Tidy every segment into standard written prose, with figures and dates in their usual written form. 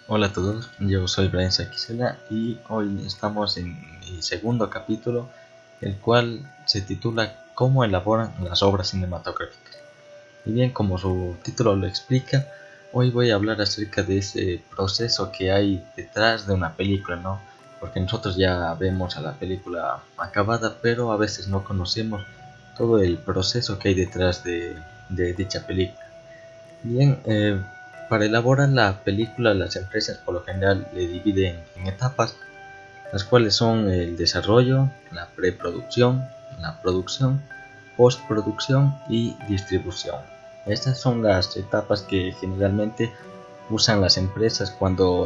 Hola a todos, yo soy Brian Saquicela y hoy estamos en mi segundo capítulo, el cual se titula ¿Cómo elaboran las obras cinematográficas? Y bien, como su título lo explica, hoy voy a hablar acerca de ese proceso que hay detrás de una película, ¿no? Porque nosotros ya vemos a la película acabada, pero a veces no conocemos todo el proceso que hay detrás de dicha película. Bien, para elaborar la película, las empresas por lo general le dividen en etapas, las cuales son el desarrollo, la preproducción, la producción, postproducción y distribución. Estas son las etapas que generalmente usan las empresas cuando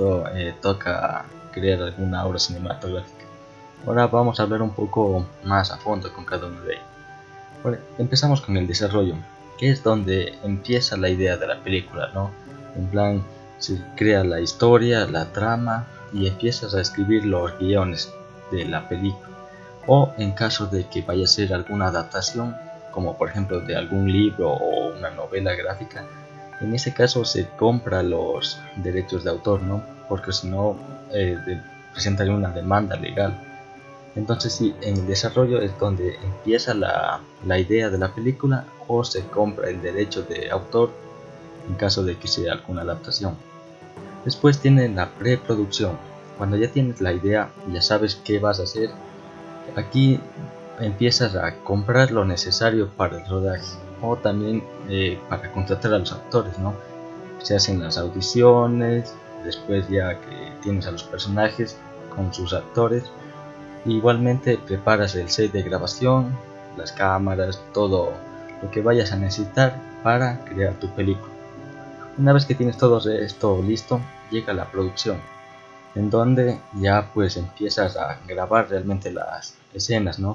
toca crear alguna obra cinematográfica. Ahora vamos a hablar un poco más a fondo con cada uno de ellos. Bueno, empezamos con el desarrollo, que es donde empieza la idea de la película, ¿no? En plan, se crea la historia, la trama y empiezas a escribir los guiones de la película. O en caso de que vaya a ser alguna adaptación, como por ejemplo de algún libro o una novela gráfica, en ese caso se compra los derechos de autor, ¿no? Porque si no, presentaría una demanda legal. Entonces sí, en el desarrollo es donde empieza la idea de la película o se compra el derecho de autor en caso de que sea alguna adaptación. Después tiene la preproducción. Cuando ya tienes la idea, ya sabes qué vas a hacer, aquí empiezas a comprar lo necesario para el rodaje o también para contratar a los actores, ¿no? Se hacen las audiciones, después ya que tienes a los personajes con sus actores. Igualmente preparas el set de grabación, las cámaras, todo lo que vayas a necesitar para crear tu película. Una vez que tienes todo esto listo, llega la producción, en donde ya pues empiezas a grabar realmente las escenas, ¿no?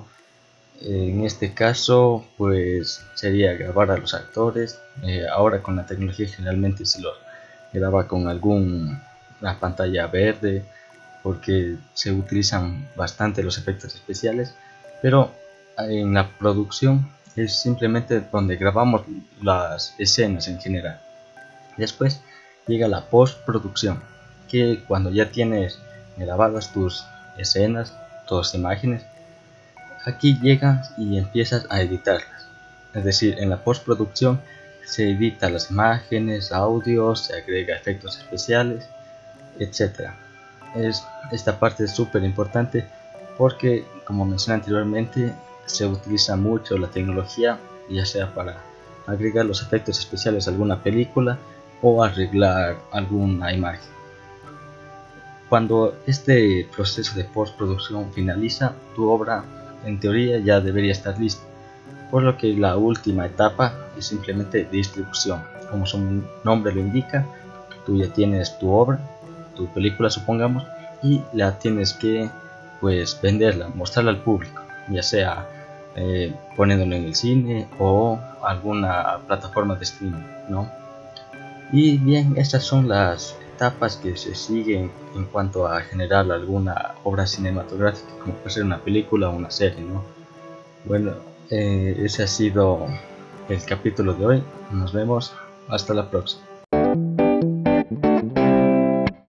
En este caso pues sería grabar a los actores. Ahora con la tecnología generalmente se los graba con alguna pantalla verde, porque se utilizan bastante los efectos especiales, pero en la producción es simplemente donde grabamos las escenas en general. Después llega la postproducción, que cuando ya tienes grabadas tus escenas, tus imágenes, aquí llegas y empiezas a editarlas. Es decir, en la postproducción se edita las imágenes, audios, se agrega efectos especiales, etcétera. Esta parte es súper importante porque, como mencioné anteriormente, se utiliza mucho la tecnología, ya sea para agregar los efectos especiales a alguna película o arreglar alguna imagen. Cuando este proceso de postproducción finaliza, tu obra en teoría ya debería estar lista, por lo que la última etapa es simplemente distribución. Como su nombre lo indica, tú ya tienes tu obra, tu película supongamos, y la tienes que pues venderla, mostrarla al público, ya sea poniéndolo en el cine o alguna plataforma de streaming, ¿no? Y bien, estas son las etapas que se siguen en cuanto a generar alguna obra cinematográfica, como puede ser una película o una serie, ¿no? Bueno, ese ha sido el capítulo de hoy. Nos vemos, hasta la próxima.